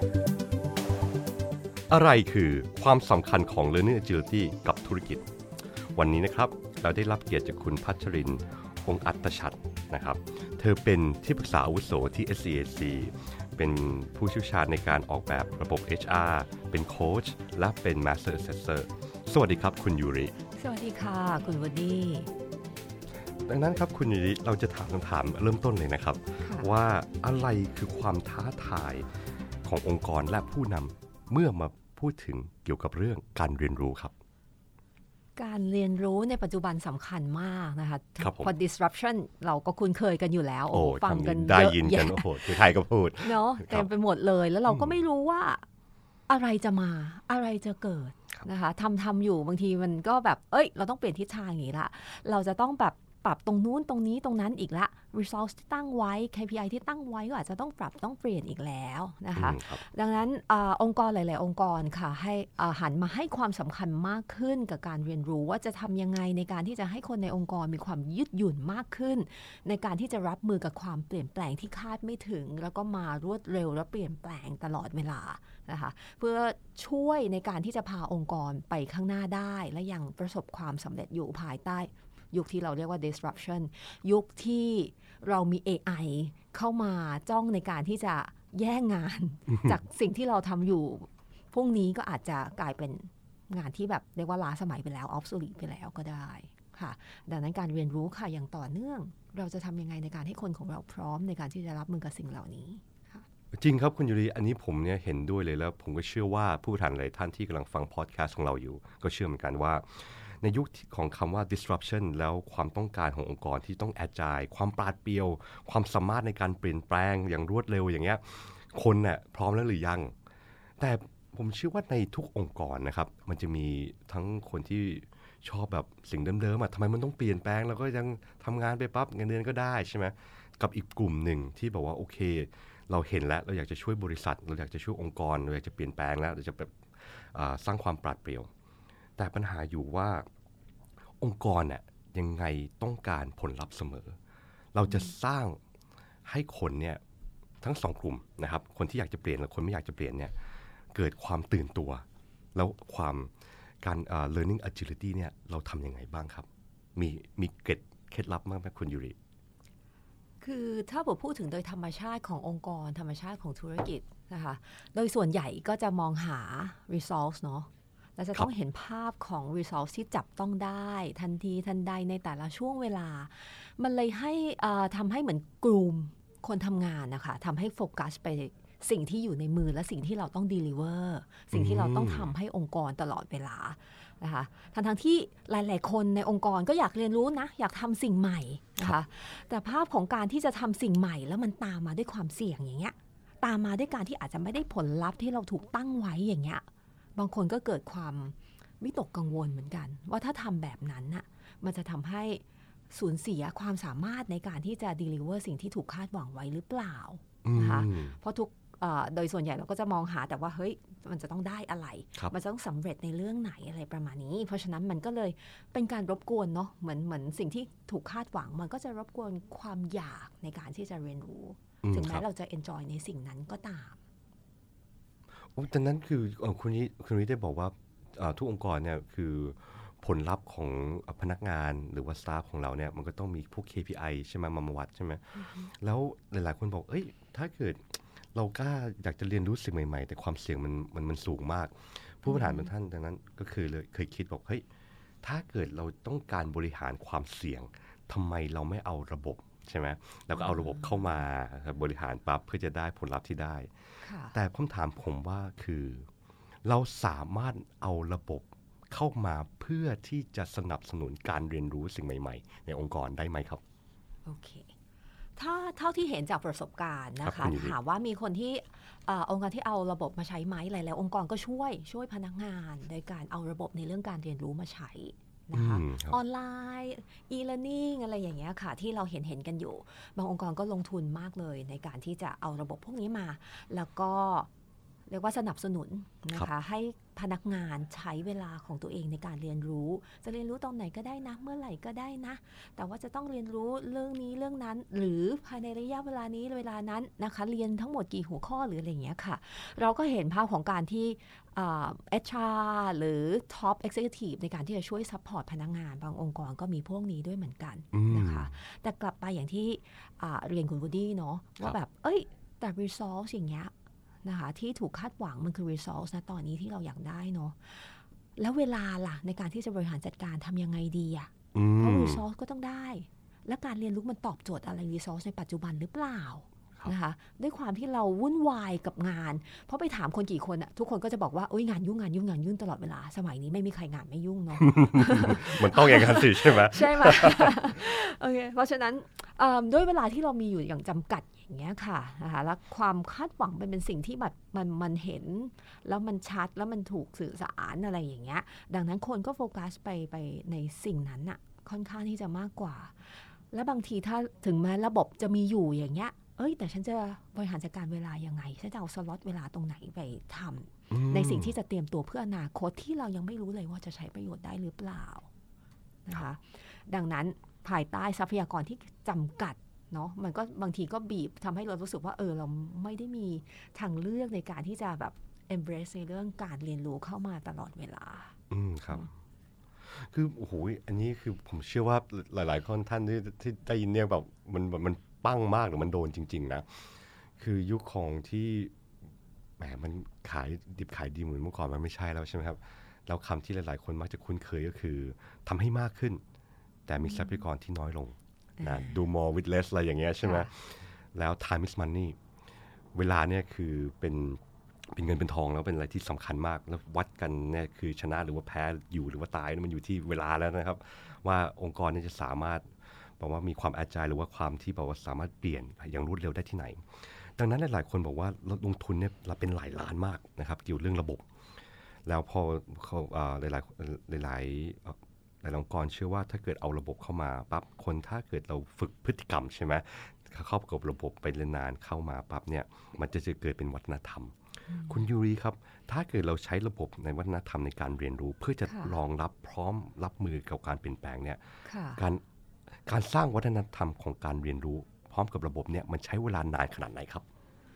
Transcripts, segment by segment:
อะไรคือความสำคัญของ Learning Agility กับธุรกิจวันนี้นะครับเราได้รับเกียรติจากคุณพัชรินทร์องค์อัตชัดนะครับเธอเป็นที่ปรึกษาอาวุโสที่ SCAC เป็นผู้เชี่ยวชาญในการออกแบบระบบ HR เป็นโค้ชและเป็น Master Assessor สวัสดีครับคุณยูริสวัสดีค่ะคุณวดีดังนั้นครับคุณยูริเราจะถามคำถามเริ่มต้นเลยนะครับว่าอะไรคือความท้าทายขององค์กรและผู้นำเมื่อมาพูดถึงเกี่ยวกับเรื่องการเรียนรู้ครับการเรียนรู้ในปัจจุบันสำคัญมากนะคะพอ disruption เราก็คุ้นเคยกันอยู่แล้วฟังกันได้ยินกันโอ้โหไทยก็พูดเนาะเต็มไปหมดเลยแล้วเราก็ไม่รู้ว่าอะไรจะมาอะไรจะเกิดนะคะทำอยู่บางทีมันก็แบบเราต้องเปลี่ยนทิศทางอย่างนี้ละเราจะต้องแบบปรับตรงนู้นตรงนี้ตรงนั้นอีกละ resource ที่ตั้งไว้ KPI ที่ตั้งไว้ก็อาจจะต้องปรับต้องเปลี่ยนอีกแล้วนะคะดังนั้นองค์กรหลายๆองค์กรค่ะให้หันมาให้ความสำคัญมากขึ้นกับการเรียนรู้ว่าจะทำยังไงในการที่จะให้คนในองค์กรมีความยืดหยุ่นมากขึ้นในการที่จะรับมือกับความเปลี่ยนแปลงที่คาดไม่ถึงแล้วก็มารวดเร็วและเปลี่ยนแปลงตลอดเวลานะคะเพื่อช่วยในการที่จะพาองค์กรไปข้างหน้าได้และยังประสบความสำเร็จอยู่ภายใต้ยุคที่เราเรียกว่า disruption ยุคที่เรามี AI เข้ามาจ้องในการที่จะแย่งงาน จากสิ่งที่เราทำอยู่พรุ่งนี้ก็อาจจะกลายเป็นงานที่แบบเรียกว่าล้าสมัยไปแล้ว obsolete ไปแล้วก็ได้ค่ะดังนั้นการเรียนรู้ค่ะอย่างต่อเนื่องเราจะทำยังไงในการให้คนของเราพร้อมในการที่จะรับมือกับสิ่งเหล่านี้จริงครับคุณยูริอันนี้ผมเนี่ยเห็นด้วยเลยแล้วผมก็เชื่อว่าผู้บริหารหลายท่านที่กำลังฟังพอดแคสต์ของเราอยู่ก็เชื่อเหมือนกันว่าในยุคของคำว่า disruption แล้วความต้องการขององค์กรที่ต้อง agile ความปราดเปรียวความสามารถในการเปลี่ยนแปลงอย่างรวดเร็วอย่างเงี้ยคนน่ะพร้อมแล้วหรือยังแต่ผมเชื่อว่าในทุกองค์กรนะครับมันจะมีทั้งคนที่ชอบแบบสิ่งเดิมๆทำไมมันต้องเปลี่ยนแปลงแล้วก็ยังทำงานไปปั๊บเงินเดือนก็ได้ใช่ไหมกับอีกกลุ่มหนึ่งที่บอกว่าโอเคเราเห็นแล้วเราอยากจะช่วยบริษัทเราอยากจะช่วยองค์กรเราอยากจะเปลี่ยนแปลงแล้วเราจะแบบสร้างความปราดเปรียวแต่ปัญหาอยู่ว่าองค์กรน่ะยังไงต้องการผลลัพธ์เสมอเราจะสร้างให้คนเนี่ยทั้งสองกลุ่มนะครับคนที่อยากจะเปลี่ยนและคนไม่อยากจะเปลี่ยนเนี่ยเกิดความตื่นตัวแล้วความการlearning agility เนี่ยเราทำยังไงบ้างครับมีเคล็ดลับมากไหมคุณยูริคือถ้าผมพูดถึงโดยธรรมชาติขององค์กรธรรมชาติของธุรกิจนะคะโดยส่วนใหญ่ก็จะมองหา resource เนาะเราจะต้องเห็นภาพของ resource ที่จับต้องได้ทันทีทันใดในแต่ละช่วงเวลามันเลยให้ทำให้เหมือนกลุ่มคนทำงานนะคะทำให้โฟกัสไปสิ่งที่อยู่ในมือและสิ่งที่เราต้อง deliver สิ่งที่เราต้องทำให้องค์กรตลอดเวลานะคะทั้งที่หลายๆคนในองค์กรก็อยากเรียนรู้นะอยากทำสิ่งใหม่นะคะแต่ภาพของการที่จะทำสิ่งใหม่แล้วมันตามมาด้วยความเสี่ยงอย่างเงี้ยตามมาด้วยการที่อาจจะไม่ได้ผลลัพธ์ที่เราถูกตั้งไว้อย่างเงี้ยบางคนก็เกิดความวิตกกังวลเหมือนกันว่าถ้าทำแบบนั้นน่ะมันจะทำให้สูญเสียความสามารถในการที่จะ deliver สิ่งที่ถูกคาดหวังไว้หรือเปล่านะคะเพราะโดยส่วนใหญ่เราก็จะมองหาแต่ว่าเฮ้ยมันจะต้องได้อะไรมันจะต้องสำเร็จในเรื่องไหนอะไรประมาณนี้เพราะฉะนั้นมันก็เลยเป็นการรบกวนเนาะเหมือนสิ่งที่ถูกคาดหวังมันก็จะรบกวนความอยากในการที่จะเรียนรู้ถึงแม้เราจะ enjoy ในสิ่งนั้นก็ตามดังนั้นคือคุณนี้ได้บอกว่าทุกองค์กรเนี่ยคือผลลัพธ์ของพนักงานหรือว่าสตาฟของเราเนี่ยมันก็ต้องมีพวก KPI ใช่ไหมมาวัดใช่ไหมแล้วหลายๆคนบอกถ้าเกิดเรากล้าอยากจะเรียนรู้สิ่งใหม่ๆแต่ความเสี่ยงมันสูงมากผู้บริหารบางท่านดังนั้นก็คือเคยคิดบอกเฮ้ยถ้าเกิดเราต้องการบริหารความเสี่ยงทำไมเราไม่เอาระบบใช่ไหมแล้วก็เอาระบบเข้ามาบริหารปั๊บเพื่อจะได้ผลลัพธ์ที่ได้แต่คำถามผมว่าคือเราสามารถเอาระบบเข้ามาเพื่อที่จะสนับสนุนการเรียนรู้สิ่งใหม่ๆในองค์กรได้ไหมครับโอเคถ้าเท่าที่เห็นจากประสบการณ์นะคะถามว่ามีคนที่องค์กรที่เอาระบบมาใช้ไหมหลายๆองค์กรก็ช่วยพนักงานโดยการเอาระบบในเรื่องการเรียนรู้มาใช้นะคะออนไลน์ e-learning อะไรอย่างเงี้ยค่ะที่เราเห็นกันอยู่บางองค์กรก็ลงทุนมากเลยในการที่จะเอาระบบพวกนี้มาแล้วก็รียกว่าสนับสนุนนะคะให้พนักงานใช้เวลาของตัวเองในการเรียนรู้จะเรียนรู้ตอนไหนก็ได้นะเมื่อไหร่ก็ได้นะแต่ว่าจะต้องเรียนรู้เรื่องนี้เรื่องนั้นหรือภายในระยะเวลานี้เวลานั้นนะคะเรียนทั้งหมดกี่หัวข้อหรืออะไรอย่างเงี้ยค่ะเราก็เห็นภาพของการที่HR หรือ Top Executive ในการที่จะช่วย support พนักงานบางองค์กรก็มีพวกนี้ด้วยเหมือนกันนะคะแต่กลับไปอย่างที่เรียนคุณวูดดี้เนาะว่าแบบแต่ resource อย่างเงี้ยนะคะที่ถูกคาดหวังมันคือ resource นะตอนนี้ที่เราอยากได้เนาะแล้วเวลาล่ะในการที่จะบริหารจัดการทำยังไงดีอะเพราะ resource ก็ต้องได้และการเรียนรู้มันตอบโจทย์อะไร resource ในปัจจุบันหรือเปล่านะคะด้วยความที่เราวุ่นวายกับงานเพราะไปถามคนกี่คนอะทุกคนก็จะบอกว่างานยุ่งตลอดเวลาสมัยนี้ไม่มีใครงานไม่ยุ่งเนาะมันต้องอย่างนั้นสิใช่ไหมใช่ไหม โอเคเพราะฉะนั้นด้วยเวลาที่เรามีอยู่อย่างจำกัดอย่างเงี้ยค่ะนะคะแล้วความคาดหวังเป็นสิ่งที่แบบมันเห็นแล้วมันชัดแล้วมันถูกสื่อสารอะไรอย่างเงี้ยดังนั้นคนก็โฟกัสไปในสิ่งนั้นอะค่อนข้างที่จะมากกว่าและบางทีถ้าถึงแม้ระบบจะมีอยู่อย่างเงี้ยแต่ฉันจะบริหารจัดการเวลายังไงฉันจะเอาสล็อตเวลาตรงไหนไปทำในสิ่งที่จะเตรียมตัวเพื่ออนาคตที่เรายังไม่รู้เลยว่าจะใช้ประโยชน์ได้หรือเปล่านะคะดังนั้นภายใต้ทรัพยากรที่จำกัดเนาะมันก็บางทีก็บีบทำให้เรารู้สึกว่าเราไม่ได้มีทางเลือกในการที่จะแบบ embrace ในเรื่องการเรียนรู้เข้ามาตลอดเวลาครับคือโอ้โหอันนี้คือผมเชื่อว่าหลายๆคนท่านที่ได้ยินเนี่ยแบบมันปั้งมากหรือมันโดนจริงๆนะคือยุคของที่แหมมันขายดิบขายดีเหมือนเมื่อก่อนมันไม่ใช่แล้วใช่ไหมครับแล้วคำที่หลายๆคนมักจะคุ้นเคยก็คือทำให้มากขึ้นแต่มีทรัพยากรที่น้อยลงนะdo more with less อะไรอย่างเงี้ยใช่ไหมแล้ว time is money เวลาเนี่ยคือเป็นเงินเป็นทองแล้วเป็นอะไรที่สำคัญมากแล้ววัดกันเนี่ยคือชนะหรือว่าแพ้อยู่หรือว่าตายมันอยู่ที่เวลาแล้วนะครับว่าองค์กรเนี่ยจะสามารถบอกว่ามีความแอดไจล์หรือว่าความที่บอกว่าสามารถเปลี่ยนอย่างรวดเร็วได้ที่ไหนดังนั้นหลายๆคนบอกว่าลงทุนเนี่ยเราเป็นหลายล้านมากนะครับเกี่ยวเรื่องระบบแล้วพอเขาหลายองค์กรเชื่อว่าถ้าเกิดเอาระบบเข้ามาปั๊บคนถ้าเกิดเราฝึกพฤติกรรมใช่ไหมเข้ากับระบบไปนานเข้ามาปั๊บเนี่ยมันจะเกิดเป็นวัฒนธรรมคุณยูริครับถ้าเกิดเราใช้ระบบในวัฒนธรรมในการเรียนรู้เพื่อจะรองรับพร้อมรับมือกับการเปลี่ยนแปลงเนี่ยการสร้างวัฒนธรรมของการเรียนรู้พร้อมกับระบบเนี่ยมันใช้เวลานานขนาดไหนครับ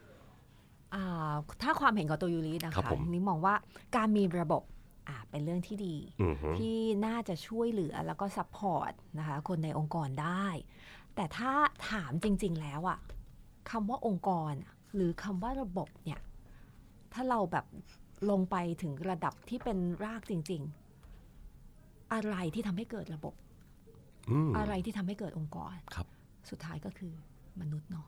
ถ้าความเห็นของตัวยูรินะคะนี่มองว่าการมีระบบเป็นเรื่องที่ดีที่น่าจะช่วยเหลือแล้วก็ซัพพอร์ตนะคะคนในองค์กรได้แต่ถ้าถามจริงๆแล้วคำว่าองค์กรหรือคำว่าระบบเนี่ยถ้าเราแบบลงไปถึงระดับที่เป็นรากจริงๆอะไรที่ทำให้เกิดระบบอะไรที่ทำให้เกิดองค์กรสุดท้ายก็คือมนุษย์เนาะ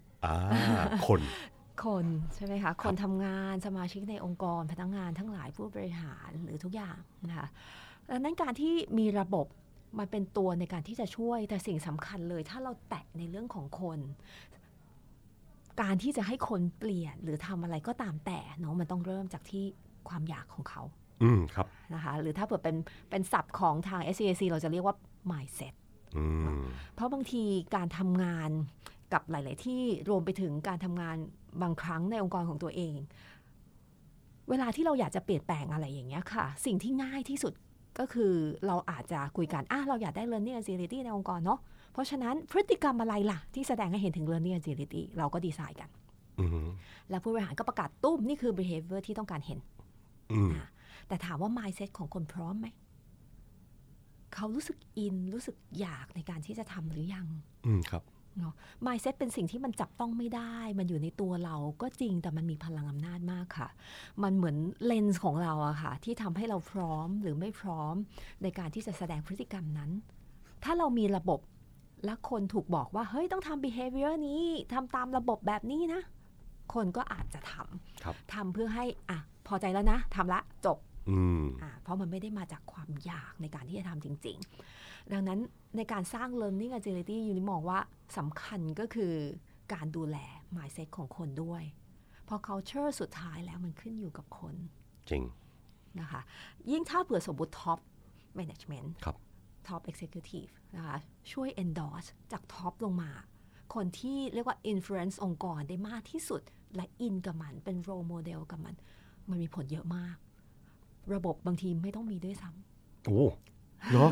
คนใช่ไหมคะคนทำงานสมาชิกในองค์กรพนักงานทั้งหลายผู้บริหารหรือทุกอย่างนะคะดังนั้นการที่มีระบบมันเป็นตัวในการที่จะช่วยแต่สิ่งสำคัญเลยถ้าเราแตะในเรื่องของคนการที่จะให้คนเปลี่ยนหรือทำอะไรก็ตามแต่เนาะมันต้องเริ่มจากที่ความอยากของเขาครับนะคะหรือถ้าเกิดเป็นศัพท์ของทาง SCAC เราจะเรียกว่า mindset เพราะบางทีการทำงานกับหลายๆที่รวมไปถึงการทำงานบางครั้งในองค์กรของตัวเองเวลาที่เราอยากจะเปลี่ยนแปลงอะไรอย่างเงี้ยค่ะสิ่งที่ง่ายที่สุดก็คือเราอาจจะคุยกันเราอยากได้ learning agility ในองค์กรเนาะเพราะฉะนั้นพฤติกรรมอะไรล่ะที่แสดงให้เห็นถึง learning agility เราก็ดีไซน์กันแล้วผู้บริหารก็ประกาศตุ้มนี่คือ behavior ที่ต้องการเห็นแต่ถามว่า mindset ของคนพร้อมไหมเขารู้สึกอินรู้สึกอยากในการที่จะทำหรือยังครับเนาะ mindset เป็นสิ่งที่มันจับต้องไม่ได้มันอยู่ในตัวเราก็จริงแต่มันมีพลังอำนาจมากค่ะมันเหมือนเลนส์ของเราอะค่ะที่ทำให้เราพร้อมหรือไม่พร้อมในการที่จะแสดงพฤติกรรมนั้นถ้าเรามีระบบและคนถูกบอกว่าเฮ้ยต้องทำ behavior นี้ทำตามระบบแบบนี้นะคนก็อาจจะทำเพื่อให้พอใจแล้วนะทำละจบเพราะมันไม่ได้มาจากความอยากในการที่จะทำจริงๆดังนั้นในการสร้าง learning agility ยูนิมองว่าสำคัญก็คือการดูแล mindset ของคนด้วยเพราะ culture สุดท้ายแล้วมันขึ้นอยู่กับคนจริงนะคะยิ่งถ้าเผื่อสมมติ top management top executive นะคะช่วย endorse จาก top ลงมาคนที่เรียกว่า influence องค์กรได้มากที่สุดและอินกับมันเป็นโรลโมเดลกับมันมีผลเยอะมากระบบบางทีไม่ต้องมีด้วยซ้ำโอ้เหรอ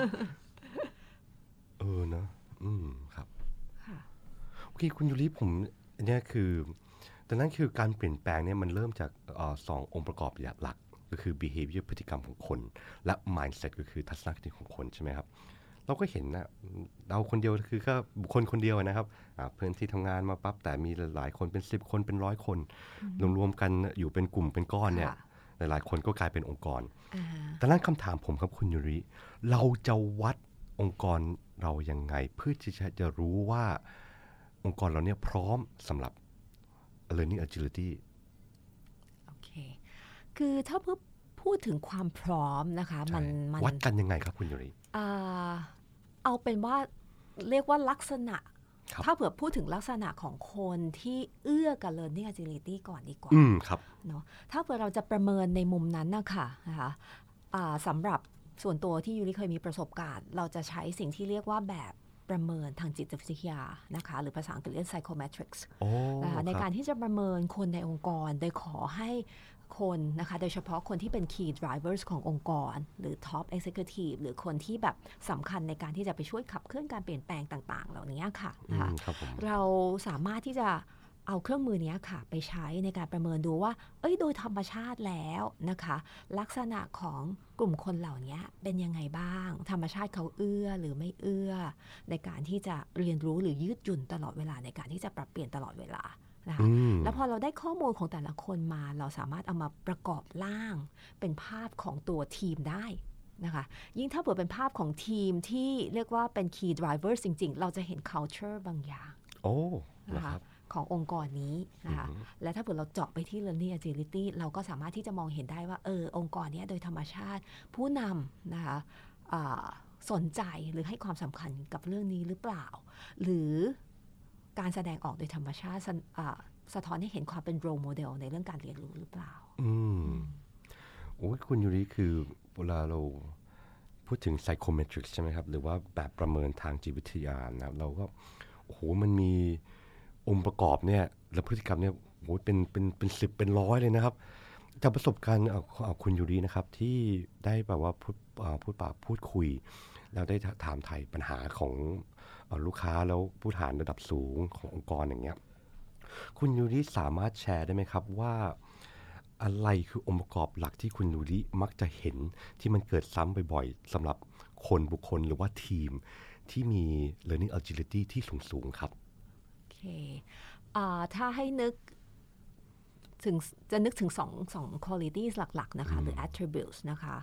นะครับโอเคคุณยูริผมเนี่ยคือดังนั้นคือการเปลี่ยนแปลงเนี่ยมันเริ่มจากสององค์ประกอบหลักก็คือ behavior พฤติกรรมของคนและ mindset ก็คือทัศนคติของคนใช่ไหมครับเราก็เห็นนะเราคนเดียวคือแค่บุคคลคนเดียวนะครับเพื่อนที่ทำงานมาปั๊บแต่มีหลายคนเป็น10คนเป็น100คนรวมๆกันอยู่เป็นกลุ่มเป็นก้อนเนี่ยหลายๆคนก็กลายเป็นองค์กรดังนั้นคำถามผมครับคุณยูริเราจะวัดองค์กรเรายังไงเพื่อที่จะรู้ว่าองค์กรเราเนี่ยพร้อมสำหรับ learning agility โอเคคือถ้าพูดถึงความพร้อมนะคะมันวัดกันยังไงครับคุณยูริเอาเป็นว่าเรียกว่าลักษณะถ้าเผื่อพูดถึงลักษณะของคนที่เอื้อกับ learning agility ก่อนดีกว่าครับเนาะถ้าเผื่อเราจะประเมินในมุมนั้นนะคะสำหรับส่วนตัวที่ยูริเคยมีประสบการณ์เราจะใช้สิ่งที่เรียกว่าแบบประเมินทางจิตวิทยานะคะหรือภาษาอังกฤษเรียก psychometrics นะคะในการที่จะประเมินคนในองค์กรโดยขอให้คนนะคะโดยเฉพาะคนที่เป็น key drivers ขององค์กรหรือ top executive หรือคนที่แบบสำคัญในการที่จะไปช่วยขับเคลื่อนการเปลี่ยนแปลงต่างๆเหล่านี้ค่ะนะคะเราสามารถที่จะเอาเครื่องมือนี้ค่ะไปใช้ในการประเมินดูว่าโดยธรรมชาติแล้วนะคะลักษณะของกลุ่มคนเหล่านี้เป็นยังไงบ้างธรรมชาติเขาเอื้อหรือไม่เอื้อในการที่จะเรียนรู้หรือยืดหยุ่นตลอดเวลาในการที่จะปรับเปลี่ยนตลอดเวลานะคะแล้วพอเราได้ข้อมูลของแต่ละคนมาเราสามารถเอามาประกอบร่างเป็นภาพของตัวทีมได้นะคะยิ่งถ้าเผื่อเป็นภาพของทีมที่เรียกว่าเป็น key drivers จริงๆเราจะเห็น culture บางอย่างนะคะขององค์กรนี้นะคะและถ้าเผื่อเราเจาะไปที่ learning agility เราก็สามารถที่จะมองเห็นได้ว่าองค์กรนี้โดยธรรมชาติผู้นำนะคะสนใจหรือให้ความสำคัญกับเรื่องนี้หรือเปล่าหรือการแสดงออกโดยธรรมชาติสะท้อนให้เห็นความเป็น role model ในเรื่องการเรียนรู้หรือเปล่าโอ้ยคุณยูริคือเวลาเราพูดถึง psychometrics ใช่ไหมครับหรือว่าแบบประเมินทางจิตวิทยานะเราก็โอ้โหมันมีองค์ประกอบเนี่ยและพฤติกรรมเนี่ยโอ้ยเป็น10เป็น100เลยนะครับจากประสบการณ์คุณยูรินะครับที่ได้แบบว่าพูดคุยแล้วได้ถามไถ่ปัญหาของลูกค้าแล้วผู้บริหารระดับสูงขององค์กรอย่างเงี้ยคุณยูริสามารถแชร์ได้ไหมครับว่าอะไรคือองค์ประกอบหลักที่คุณยูริมักจะเห็นที่มันเกิดซ้ำบ่อยๆสำหรับคนบุคคลหรือว่าทีมที่มี learning agility ที่สูงๆครับโอเคถ้าให้นึกถึงสอง qualities หลักๆนะคะหรือ attributes นะคะ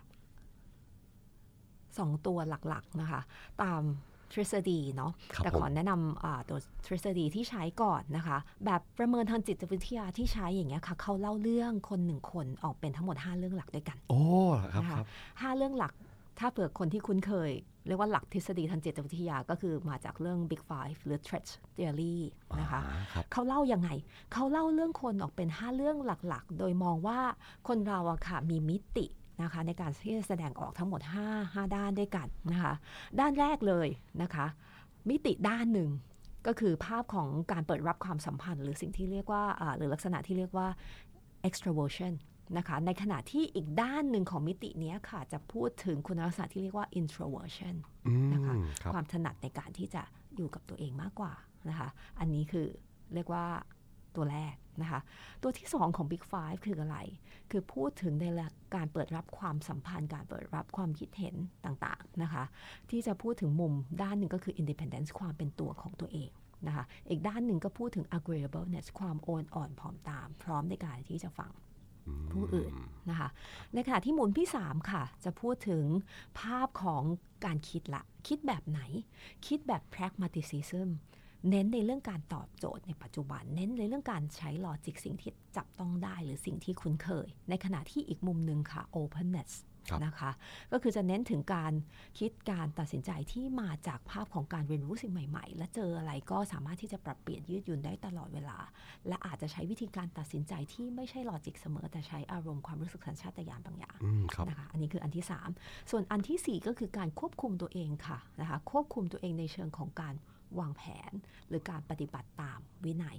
2ตัวหลักๆนะคะตามทฤษฎีเนาะแต่ขอแนะนำตัวทฤษฎีที่ใช้ก่อนนะคะแบบประเมินทางจิตวิทยาที่ใช้อย่างเงี้ยค่ะเขาเล่าเรื่องคน1คนออกเป็นทั้งหมด5เรื่องหลักด้วยกันโอ้ครับนะคะ5เรื่องหลักถ้าเผื่อคนที่คุ้นเคยเรียกว่าหลักทฤษฎีทางจิตวิทยาก็คือมาจากเรื่อง Big Five หรือ Threat Theory นะคะเขาเล่ายังไงเขาเล่าเรื่องคนออกเป็น5เรื่องหลักๆโดยมองว่าคนเราอะค่ะมีมิตินะคะในการที่จะแสดงออกทั้งหมด5ด้านด้วยกันนะคะด้านแรกเลยนะคะมิติด้านหนึ่งก็คือภาพของการเปิดรับความสัมพันธ์หรือสิ่งที่เรียกว่าหรือลักษณะที่เรียกว่า extraversion นะคะในขณะที่อีกด้านหนึ่งของมิตินี้ค่ะจะพูดถึงคุณลักษณะที่เรียกว่า introversion นะคะความถนัดในการที่จะอยู่กับตัวเองมากกว่านะคะอันนี้คือเรียกว่าตัวแรกนะคะตัวที่2ของ Big Five คืออะไรคือพูดถึงในการเปิดรับความสัมพันธ์การเปิดรับความคิดเห็นต่างๆนะคะที่จะพูดถึงมุมด้านหนึ่งก็คือ independence ความเป็นตัวของตัวเองนะคะอีกด้านหนึ่งก็พูดถึง agreeableness ความโอนอ่อนผอมตามพร้อมในการที่จะฟังผู้อื่นนะคะในขณะที่มุมที่3ค่ะจะพูดถึงภาพของการคิดแบบไหนคิดแบบ pragmatismเน้นในเรื่องการตอบโจทย์ในปัจจุบันเน้นในเรื่องการใช้ลอจิกสิ่งที่จับต้องได้หรือสิ่งที่คุ้นเคยในขณะที่อีกมุมนึงค่ะ openness นะคะก็คือจะเน้นถึงการคิดการตัดสินใจที่มาจากภาพของการเรียนรู้สิ่งใหม่ๆและเจออะไรก็สามารถที่จะปรับเปลี่ยนยืดหยุ่นได้ตลอดเวลาและอาจจะใช้วิธีการตัดสินใจที่ไม่ใช่ลอจิกเสมอแต่ใช้อารมณ์ความรู้สึกสัญชาตญาณบางอย่างนะคะอันนี้คืออันที่3ส่วนอันที่4ก็คือการควบคุมตัวเองค่ะนะคะควบคุมตัวเองในเชิงของการวางแผนหรือการปฏิบัติตามวินัย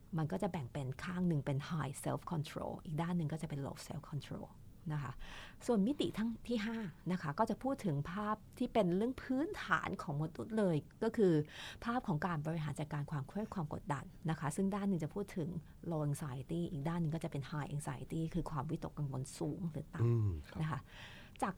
มันก็จะแบ่งเป็นข้างหนึ่งเป็น high self control อีกด้านหนึ่งก็จะเป็น low self control นะคะส่วนมิติทั้งที่5นะคะก็จะพูดถึงภาพที่เป็นเรื่องพื้นฐานของมนุษย์เลยก็คือภาพของการบริหารจัดการความเครียดความกดดันนะคะซึ่งด้านหนึ่งจะพูดถึง low anxiety อีกด้านหนึ่งก็จะเป็น high anxiety คือความวิตกกังวลสูงหรือต่ำนะคะจาก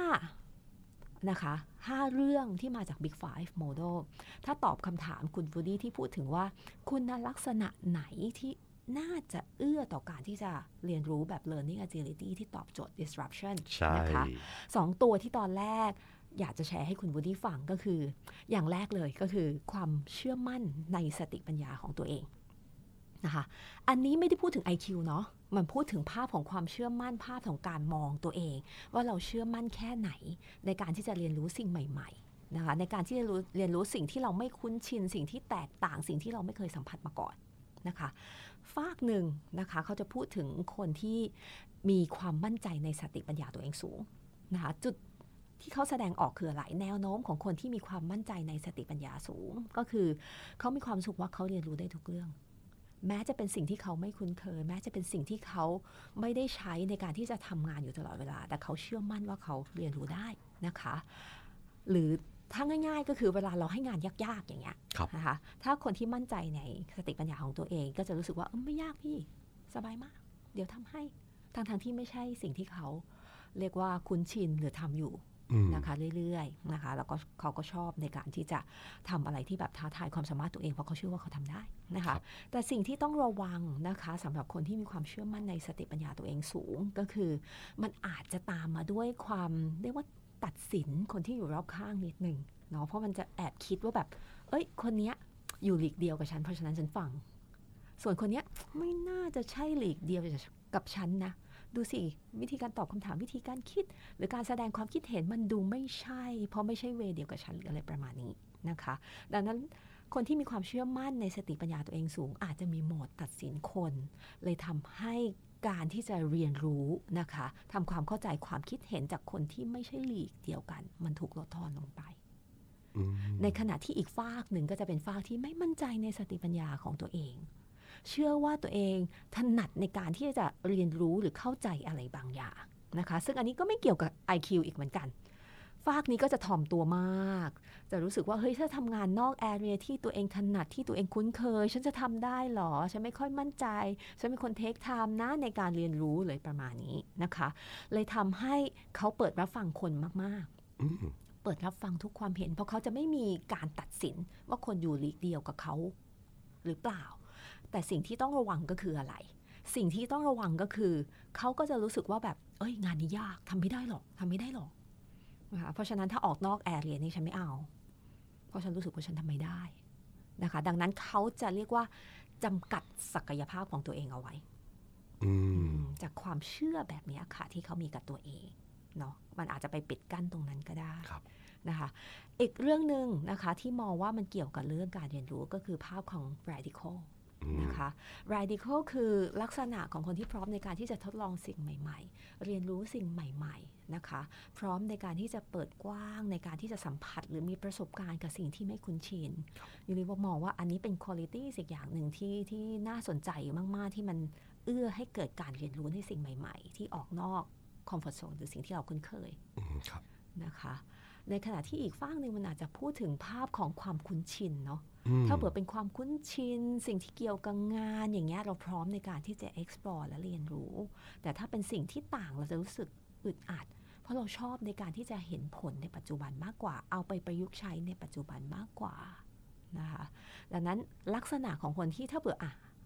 5นะคะ5เรื่องที่มาจาก Big Five Model ถ้าตอบคำถามคุณวูดดี้ที่พูดถึงว่าคุณลักษณะไหนที่น่าจะเอื้อต่อการที่จะเรียนรู้แบบ learning agility ที่ตอบโจทย์ disruption นะคะ2ตัวที่ตอนแรกอยากจะแชร์ให้คุณวูดดี้ฟังก็คืออย่างแรกเลยก็คือความเชื่อมั่นในสติปัญญาของตัวเองนะคะอันนี้ไม่ได้พูดถึง IQ เนาะมันพูดถึงภาพของความเชื่อมั่นภาพของการมองตัวเองว่าเราเชื่อมั่นแค่ไหนในการที่จะเรียนรู้สิ่งใหม่ๆนะคะในการที่จะเรียนรู้สิ่งที่เราไม่คุ้นชินสิ่งที่แตกต่างสิ่งที่เราไม่เคยสัมผัสมาก่อนนะคะฝากหนึ่งนะคะเขาจะพูดถึงคนที่มีความมั่นใจในสติปัญญาตัวเองสูงนะคะจุดที่เขาแสดงออกคืออะไรแนวโน้มของคนที่มีความมั่นใจในสติปัญญาสูงก็คือเขามีความสุขว่าเขาเรียนรู้ได้ทุกเรื่องแม้จะเป็นสิ่งที่เขาไม่คุ้นเคยแม้จะเป็นสิ่งที่เขาไม่ได้ใช้ในการที่จะทำงานอยู่ตลอดเวลาแต่เขาเชื่อมั่นว่าเขาเรียนรู้ได้นะคะหรือถ้าง่ายๆก็คือเวลาเราให้งานยากๆอย่างเงี้ยนะคะถ้าคนที่มั่นใจในสติปัญญาของตัวเองก็จะรู้สึกว่าไม่ยากพี่สบายมากเดี๋ยวทำให้ทั้งที่ไม่ใช่สิ่งที่เขาเรียกว่าคุ้นชินหรือทำอยู่นะคะเรื่อยๆนะคะแล้วก็เขาก็ชอบในการที่จะทำอะไรที่แบบท้าทายความสามารถตัวเองเพราะเขาเชื่อว่าเขาทำได้นะคะแต่สิ่งที่ต้องระวังนะคะสำหรับคนที่มีความเชื่อมั่นในสติปัญญาตัวเองสูงก็คือมันอาจจะตามมาด้วยความเรียกว่าตัดสินคนที่อยู่รอบข้างนิดนึงเนาะเพราะมันจะแอบคิดว่าแบบคนเนี้ยอยู่หลีกเดียวกับฉันเพราะฉะนั้นฉันฟังส่วนคนเนี้ยไม่น่าจะใช่หลีกเดียวกับฉันนะดูสิวิธีการตอบคำถามวิธีการคิดหรือการแสดงความคิดเห็นมันดูไม่ใช่เพราะไม่ใช่เวเดียวกับฉันหรืออะไรประมาณนี้นะคะดังนั้นคนที่มีความเชื่อมั่นในสติปัญญาตัวเองสูงอาจจะมีโหมดตัดสินคนเลยทำให้การที่จะเรียนรู้นะคะทำความเข้าใจความคิดเห็นจากคนที่ไม่ใช่หลีกเดียวกันมันถูกลดทอนลงไปในขณะที่อีกฝากหนึ่งก็จะเป็นฝากที่ไม่มั่นใจในสติปัญญาของตัวเองเชื่อว่าตัวเองถนัดในการที่จะเรียนรู้หรือเข้าใจอะไรบางอย่างนะคะซึ่งอันนี้ก็ไม่เกี่ยวกับ IQ อีกเหมือนกันฝากนี้ก็จะถ่อมตัวมากจะรู้สึกว่าเฮ้ยถ้าทำงานนอกแอเรียที่ตัวเองถนัดที่ตัวเองคุ้นเคยฉันจะทำได้หรอฉันไม่ค่อยมั่นใจฉันเป็นคนเทคไทม์นะในการเรียนรู้เลยประมาณนี้นะคะเลยทำให้เขาเปิดรับฟังคนมากๆเปิดรับฟังทุกความเห็นเพราะเขาจะไม่มีการตัดสินว่าคนอยู่หลีกเดียวกับเขาหรือเปล่าแต่สิ่งที่ต้องระวังก็คืออะไรสิ่งที่ต้องระวังก็คือเขาก็จะรู้สึกว่าแบบงานนี้ยากทำไม่ได้หรอกนะคะเพราะฉะนั้นถ้าออกนอกแอเรียนี่ฉันไม่เอาเพราะฉันรู้สึกว่าฉันทำไม่ได้นะคะดังนั้นเขาจะเรียกว่าจำกัดศักยภาพของตัวเองเอาไว้จากความเชื่อแบบนี้ค่ะที่เขามีกับตัวเองเนาะมันอาจจะไปปิดกั้นตรงนั้นก็ได้นะคะอีกเรื่องนึงนะคะที่มองว่ามันเกี่ยวกับเรื่องการเรียนรู้ก็คือภาพของ radicalนะคะ radical คือลักษณะของคนที่พร้อมในการที่จะทดลองสิ่งใหม่ๆเรียนรู้สิ่งใหม่ๆนะคะพร้อมในการที่จะเปิดกว้างในการที่จะสัมผัสหรือมีประสบการณ์กับสิ่งที่ไม่คุ้นชินยูริว่ามองว่าอันนี้เป็น quality สิ่งอย่างหนึ่งที่น่าสนใจมากๆที่มันเอื้อให้เกิดการเรียนรู้ในสิ่งใหม่ๆที่ออกนอก comfort zone หรือสิ่งที่เราคุ้นเคยนะคะในขณะที่อีกฝั่งหนึ่งมันอาจจะพูดถึงภาพของความคุ้นชินเนาะถ้าเผื่อเป็นความคุ้นชินสิ่งที่เกี่ยวกับงานอย่างเงี้ยเราพร้อมในการที่จะ explore และเรียนรู้แต่ถ้าเป็นสิ่งที่ต่างเราจะรู้สึกอึดอัดเพราะเราชอบในการที่จะเห็นผลในปัจจุบันมากกว่าเอาไปประยุกต์ใช้ในปัจจุบันมากกว่านะคะดังนั้นลักษณะของคนที่ถ้าเผื่อ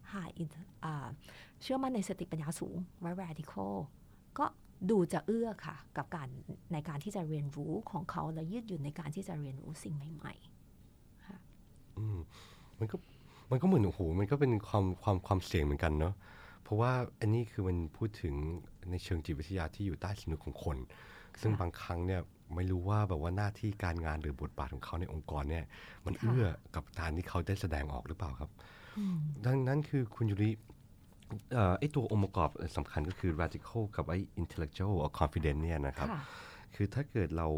เชื่อมั่นในสติปัญญาสูงไว้ radical ก็ดูจะเอื้อค่ะกับการในการที่จะเรียนรู้ของเขาและยืดหยุ่นในการที่จะเรียนรู้สิ่งใหม่ๆค่ะมันก็เหมือนโอ้โหมันก็เป็นความเสี่ยงเหมือนกันเนาะเพราะว่าอันนี้คือมันพูดถึงในเชิงจิตวิทยาที่อยู่ใต้สำนึกของคนซึ่งบางครั้งเนี่ยไม่รู้ว่าแบบว่าหน้าที่การงานหรือบทบาทของเขาในองค์กรเนี่ยมันเอื้อกับการที่เขาได้แสดงออกหรือเปล่าครับดังนั้นคือคุณยุริไอ้ตัวองค์ประกอบสำคัญก็คือ radical กับไอ้ intellectual or confident เนี่ยนะครับคือถ้าเกิดเรา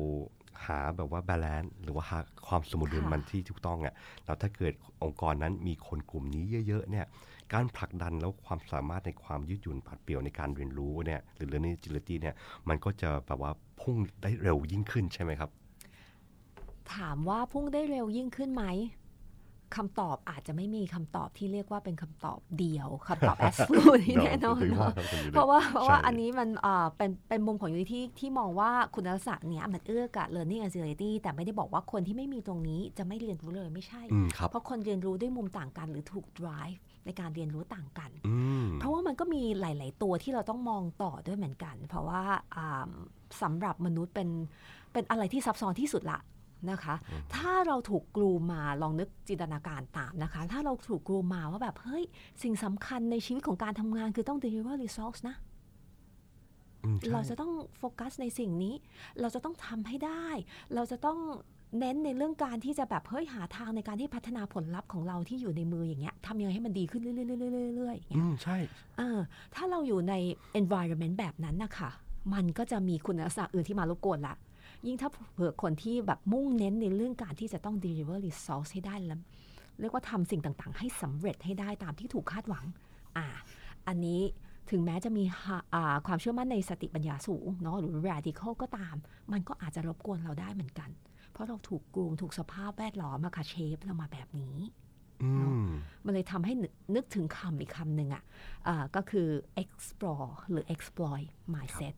หาแบบว่าบาลานซ์หรือว่าหาความสมดุลมันที่ถูกต้องอ่ะแล้วถ้าเกิดองค์กรนั้นมีคนกลุ่มนี้เยอะๆเนี่ยการผลักดันแล้วความสามารถในความยืดหยุ่นผลัดเปลี่ยวในการเรียนรู้เนี่ยหรือ learning agility เนี่ยมันก็จะแบบว่าพุ่งได้เร็วยิ่งขึ้นใช่ไหมครับถามว่าพุ่งได้เร็วยิ่งขึ้นไหมคำตอบอาจจะไม่มีคำตอบที่เรียกว่าเป็นคำตอบเดียวคำตอบ absolute ที่แน่นอนเพราะว่าอันนี้มันเป็นมุมของยูนิที่มองว่าคุณลักษณะเนี้ยมันเอื้อกับ learning agility แต่ไม่ได้บอกว่าคนที่ไม่มีตรงนี้จะไม่เรียนรู้เลยไม่ใช่เพราะคนเรียนรู้ด้วยมุมต่างกันหรือถูก drive ในการเรียนรู้ต่างกันเพราะว่ามันก็มีหลายๆตัวที่เราต้องมองต่อด้วยเหมือนกันเพราะว่าสำหรับมนุษย์เป็นอะไรที่ซับซ้อนที่สุดละนะคะถ้าเราถูกกลูมาลองนึกจินตนาการตามนะคะถ้าเราถูกกลูมาว่าแบบเฮ้ยสิ่งสำคัญในชีวิตของการทำงานคือต้อง deliver results นะเราจะต้องโฟกัสในสิ่งนี้เราจะต้องทำให้ได้เราจะต้องเน้นในเรื่องการที่จะแบบเฮ้ยหาทางในการที่พัฒนาผลลัพธ์ของเราที่อยู่ในมืออย่างเงี้ยทำยังไงให้มันดีขึ้นเรื่อยๆใช่ถ้าเราอยู่ใน environment แบบนั้นนะคะมันก็จะมีคุณลักษณะอื่นที่มารบกวนละยิ่งถ้าเผื่อคนที่แบบมุ่งเน้นในเรื่องการที่จะต้อง deliver results ให้ได้แล้วเรียกว่าทำสิ่งต่างๆให้สำเร็จให้ได้ตามที่ถูกคาดหวังอันนี้ถึงแม้จะมีความเชื่อมั่นในสติปัญญาสูงเนาะหรือ radical ก็ตามมันก็อาจจะรบกวนเราได้เหมือนกันเพราะเราถูกกลุ่มถูกสภาพแวดล้อมมาค่ะเชฟเรามาแบบนี้มันเลยทำให้นึกถึงคำอีกคำหนึ่งก็คือ explore หรือ exploit mindset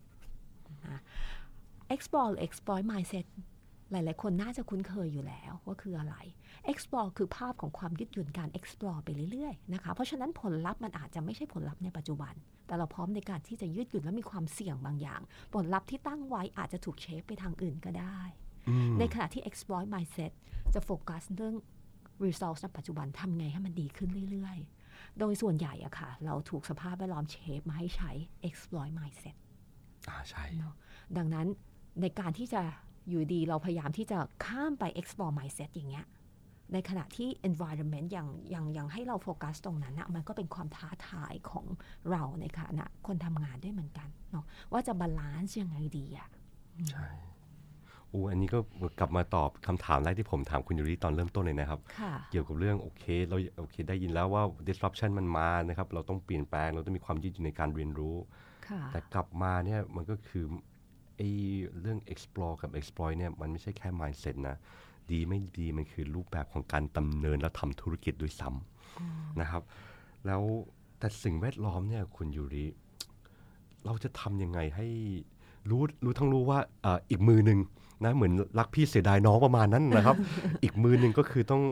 explore หรือ exploit mindset หลายๆคนน่าจะคุ้นเคยอยู่แล้วว่าคืออะไร explore คือภาพของความยืดหยุ่นการ explore ไปเรื่อยๆนะคะเพราะฉะนั้นผลลัพธ์มันอาจจะไม่ใช่ผลลัพธ์ในปัจจุบันแต่เราพร้อมในการที่จะยืดหยุ่นและมีความเสี่ยงบางอย่างผลลัพธ์ที่ตั้งไว้อาจจะถูกเชฟไปทางอื่นก็ได้ในขณะที่ exploit mindset จะโฟกัสเรื่อง results ในปัจจุบันทำไงให้มันดีขึ้นเรื่อยๆโดยส่วนใหญ่อะค่ะเราถูกสภาพแวดล้อมเชฟมาให้ใช้ exploit mindset ใช่ดังนั้นในการที่จะอยู่ดีเราพยายามที่จะข้ามไป explore mindset อย่างเงี้ยในขณะที่ environment ยังให้เราโฟกัสตรงนั้นนะมันก็เป็นความท้าทายของเราในขณะคนทำงานด้วยเหมือนกันเนาะว่าจะบาลานซ์ยังไงดีใช่อันนี้ก็กลับมาตอบคำถามแรกที่ผมถามคุณยูริตอนเริ่มต้นเลยนะครับเกี่ยวกับเรื่องโอเคได้ยินแล้วว่า disruption มันมานะครับเราต้องเปลี่ยนแปลงเราต้องมีความยืดหยุ่นในการเรียนรู้แต่กลับมาเนี่ยมันก็คือเรื่อง explore กับ exploit เนี่ยมันไม่ใช่แค่ mindset นะดีไม่ดีมันคือรูปแบบของการดำเนินและทำธุรกิจด้วยซ้ำนะครับแล้วแต่สิ่งแวดล้อมเนี่ยคุณยูริเราจะทำยังไงให้รู้ว่าอีกมือหนึ่งนะเหมือนรักพี่เสียดายน้องประมาณนั้นนะครับ อีกมือหนึ่งก็คือต้อง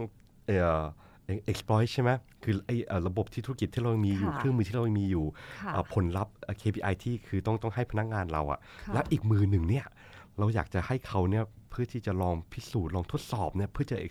exploit ใช่ไหมคือระบบที่ธุรกิจที่เรามีอยู่เครื่องมือที่เรามีอยู่ผลลัพธ์ KPI ที่คือต้องให้พนักงานเราและอีกมือหนึ่งเนี่ยเราอยากจะให้เขาเนี่ยเพื่อที่จะลองพิสูจน์ลองทดสอบเนี่ยเพื่อจะ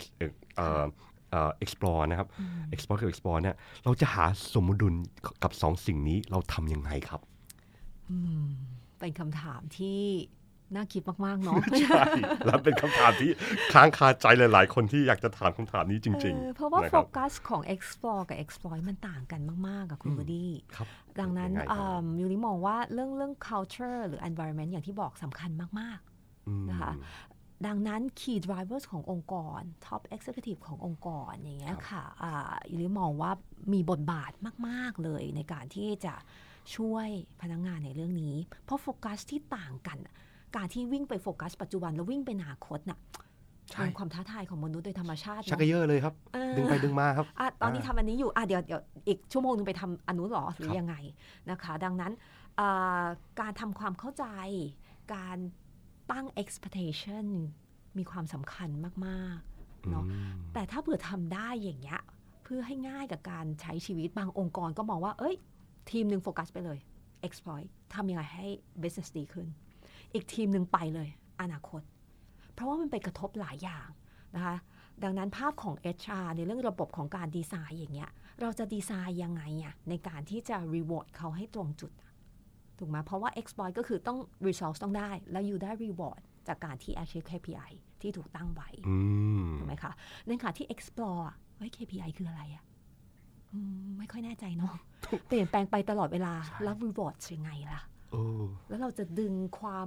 explore นะครับ explore กับ explore เนี่ยเราจะหาสมดุลกับสองสิ่งนี้เราทำยังไงครับเป็นคำถามที่น่าคิดมากๆเนาะใช่แล้วเป็นคำถามที่ค้างคาใจหลายๆคนที่อยากจะถามคำถามนี้จริงๆเพราะว่าโฟกัสของ explore กับ exploit มันต่างกันมากๆกับคุณวดี้ดังนั้นยูริมองว่าเรื่อง culture หรือ environment อย่างที่บอกสำคัญมากๆนะคะดังนั้น key drivers ขององค์กร top executive ขององค์กรอย่างเงี้ยค่ะยูริมองว่ามีบทบาทมากๆเลยในการที่จะช่วยพนักงานในเรื่องนี้เพราะโฟกัสที่ต่างกันการที่วิ่งไปโฟกัสปัจจุบันแล้ววิ่งไปอนาคตน่ะเป็นความท้าทายของมนุษย์โดยธรรมชาติชักเยอะเลยครับดึงไปดึงมาครับตอนนี้ทำอันนี้อยู่เดี๋ยวอีกชั่วโมงนึงไปทำอันนู้นหรอหรือยังไงนะคะดังนั้นการทำความเข้าใจการตั้ง expectation มีความสำคัญมากๆเนาะแต่ถ้าเผื่อทำได้อย่างเงี้ยเพื่อให้ง่ายกับการใช้ชีวิตบางองค์กรก็มองว่าทีมหนึ่งโฟกัสไปเลย exploit ทำยังไงให้ business ดีขึ้นอีกทีมหนึ่งไปเลยอนาคตเพราะว่ามันไปกระทบหลายอย่างนะคะดังนั้นภาพของ HR ในเรื่องระบบของการดีไซน์อย่างเงี้ยเราจะดีไซน์ยังไงในการที่จะ reward เขาให้ตรงจุดถูกไหมเพราะว่า exploit ก็คือต้อง result ต้องได้แล้วอยู่ได้ reward จากการที่ achieve KPI ที่ถูกตั้งไว้ถูกไหมคะในขณะที่ explore KPI คืออะไรไม่ค่อยแน่ใจเนาะเปลี่ยนแปลงไปตลอดเวลาแล้ว reward ยังไงล่ะแล้วเราจะดึงความ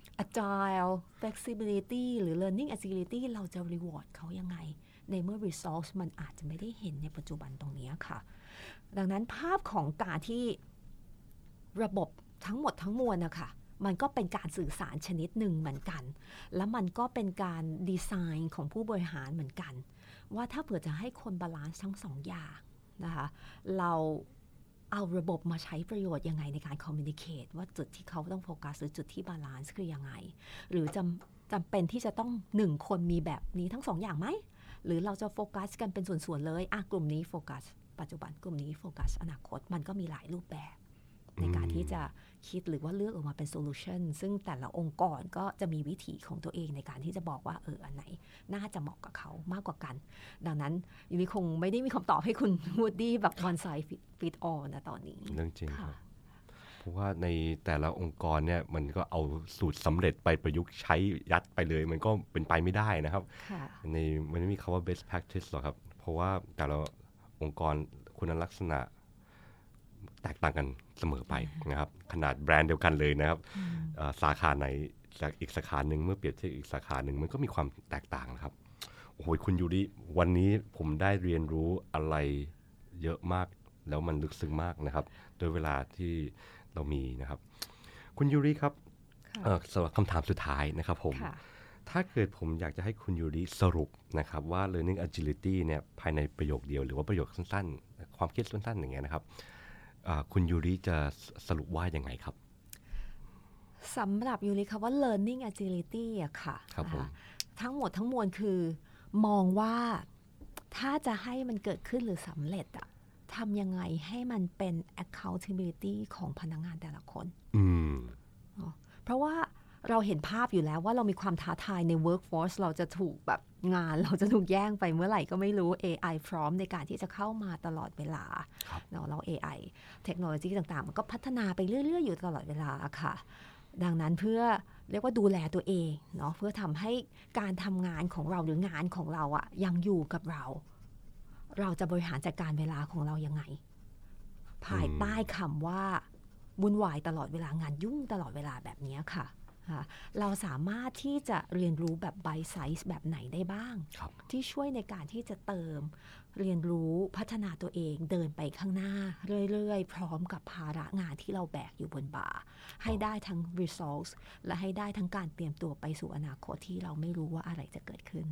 agile flexibility หรือ learning agility เราจะ reward เขายังไงในเมื่อ resource มันอาจจะไม่ได้เห็นในปัจจุบันตรงนี้ค่ะดังนั้นภาพของการที่ระบบทั้งหมดทั้งมวลนะคะมันก็เป็นการสื่อสารชนิดหนึ่งเหมือนกันแล้วมันก็เป็นการดีไซน์ของผู้บริหารเหมือนกันว่าถ้าเผื่อจะให้คนบาลานซ์ทั้งสองอย่างนะคะเราเอาระบบมาใช้ประโยชน์ยังไงในการคอมมิวนิเคตว่าจุดที่เขาต้องโฟกัสหรือจุดที่บาลานซ์คือยังไงหรือจำเป็นที่จะต้อง1คนมีแบบนี้ทั้ง2อย่างไหมหรือเราจะโฟกัสกันเป็นส่วนๆเลยกลุ่มนี้โฟกัสปัจจุบันกลุ่มนี้โฟกัสอนาคตมันก็มีหลายรูปแบบในการที่จะคิดหรือว่าเลือกออกมาเป็นโซลูชันซึ่งแต่ละองค์กรก็จะมีวิธีของตัวเองในการที่จะบอกว่าอันไหนน่าจะเหมาะกับเขามากกว่ากันดังนั้นยูนิคงไม่ได้มีคำตอบให้คุณวูดดี้แบบ one size fit all นะตอนนี้เรื่องจริงครับเพราะว่าในแต่ละองค์กรเนี่ยมันก็เอาสูตรสำเร็จไปประยุกต์ใช้ยัดไปเลยมันก็เป็นไปไม่ได้นะครับมันไม่มีคำว่า best practice หรอกครับเพราะว่าแต่ละองค์กรคุณลักษณะแตกต่างกันเสมอไปนะครับขนาดแบรนด์เดียวกันเลยนะครับสาขาไหนจากอีกสาขาหนึ่งเมื่อเปรียบเทียบอีกสาขาหนึ่งมันก็มีความแตกต่างนะครับโอ้โหคุณยูริวันนี้ผมได้เรียนรู้อะไรเยอะมากแล้วมันลึกซึ้งมากนะครับโดยเวลาที่เรามีนะครับคุณยูริครับสำหรับคำถามสุดท้ายนะครับผมถ้าเกิดผมอยากจะให้คุณยูริสรุปนะครับว่า learning agility เนี่ยภายในประโยคเดียวหรือว่าประโยคสั้นๆความคิดสั้นๆอย่างเงี้ยนะครับคุณยูริจะสรุปว่ายังไงครับสำหรับยูริคำว่า learning agility อะค่ะทั้งหมดทั้งมวลคือมองว่าถ้าจะให้มันเกิดขึ้นหรือสำเร็จอะทำยังไงให้มันเป็น accountability ของพนักงานแต่ละคนเพราะว่าเราเห็นภาพอยู่แล้วว่าเรามีความท้าทายใน workforce เราจะถูกแบบงานเราจะถูกแย่งไปเมื่อไหร่ก็ไม่รู้ AI พร้อมในการที่จะเข้ามาตลอดเวลาเรา AI เทคโนโลยีต่างๆมันก็พัฒนาไปเรื่อยๆอยู่ตลอดเวลาค่ะดังนั้นเพื่อเรียกว่าดูแลตัวเองเนาะเพื่อทำให้การทำงานของเราหรืองานของเราอะยังอยู่กับเราจะบริหารจัดการเวลาของเรายังไงภายใต้คำว่าวุ่นวายตลอดเวลางานยุ่งตลอดเวลาแบบนี้ค่ะเราสามารถที่จะเรียนรู้แบบ bite size แบบไหนได้บ้างที่ช่วยในการที่จะเติมเรียนรู้พัฒนาตัวเองเดินไปข้างหน้าเรื่อยๆพร้อมกับภาระงานที่เราแบกอยู่บนบ่าให้ได้ทั้ง results และให้ได้ทั้งการเตรียมตัวไปสู่อนาคตที่เราไม่รู้ว่าอะไรจะเกิดขึ้น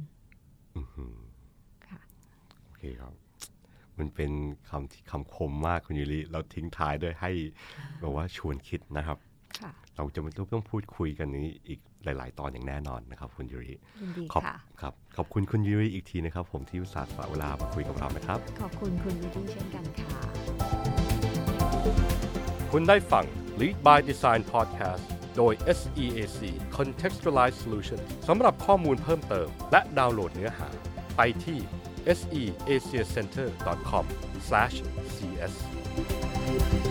ค่ะโอเคครับมันเป็นคำคมมากคุณยูริเราทิ้งท้ายด้วยให้แบบว่าชวนคิดนะครับเราจะต้องพูดคุยกันนี้อีกหลายๆตอนอย่างแน่นอนนะครับคุณยูริครับขอบคุณคุณยูริอีกทีนะครับผมที่อุตส่าห์ฝากเวลามาคุยกับเรานะครับขอบคุณคุณยูริเช่นกันค่ะคุณได้ฟัง Lead by Design Podcast โดย SEAC Contextualized Solution สำหรับข้อมูลเพิ่มเติมและดาวน์โหลดเนื้อหาไปที่ seasiacenter.com/cs